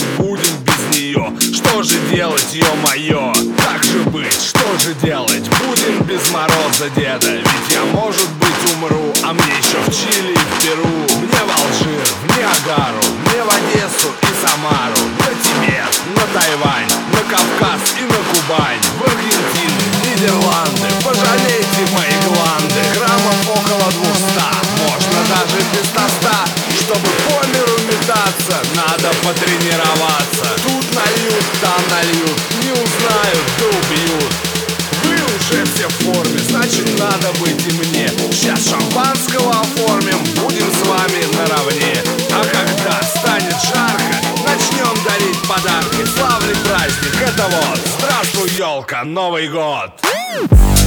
будем без нее. Что же делать, ё-моё? Как же быть, что же делать? Будем без Мороза деда. Ведь я, может быть, умру, а мне еще в Чили и в Перу. Мне в Алжир, в Ниагару, мне в Одессу и Самару, на Тибет, на Тайвань, на Кавказ и на Кубань, в Аргентину, в Нидерланды. Пожалейте мои гланды, граммов около 200. Можно даже без тоста. Чтобы по миру метаться, надо потренироваться. Тут нальют, там нальют, не узнают, да убьют. Вы уже все в форме, значит надо быть и мне. Сейчас шампанского оформим, будем с вами наравне. А когда станет жарко, начнем дарить подарки. Славный праздник, это вот, здравствуй, елка, Новый год.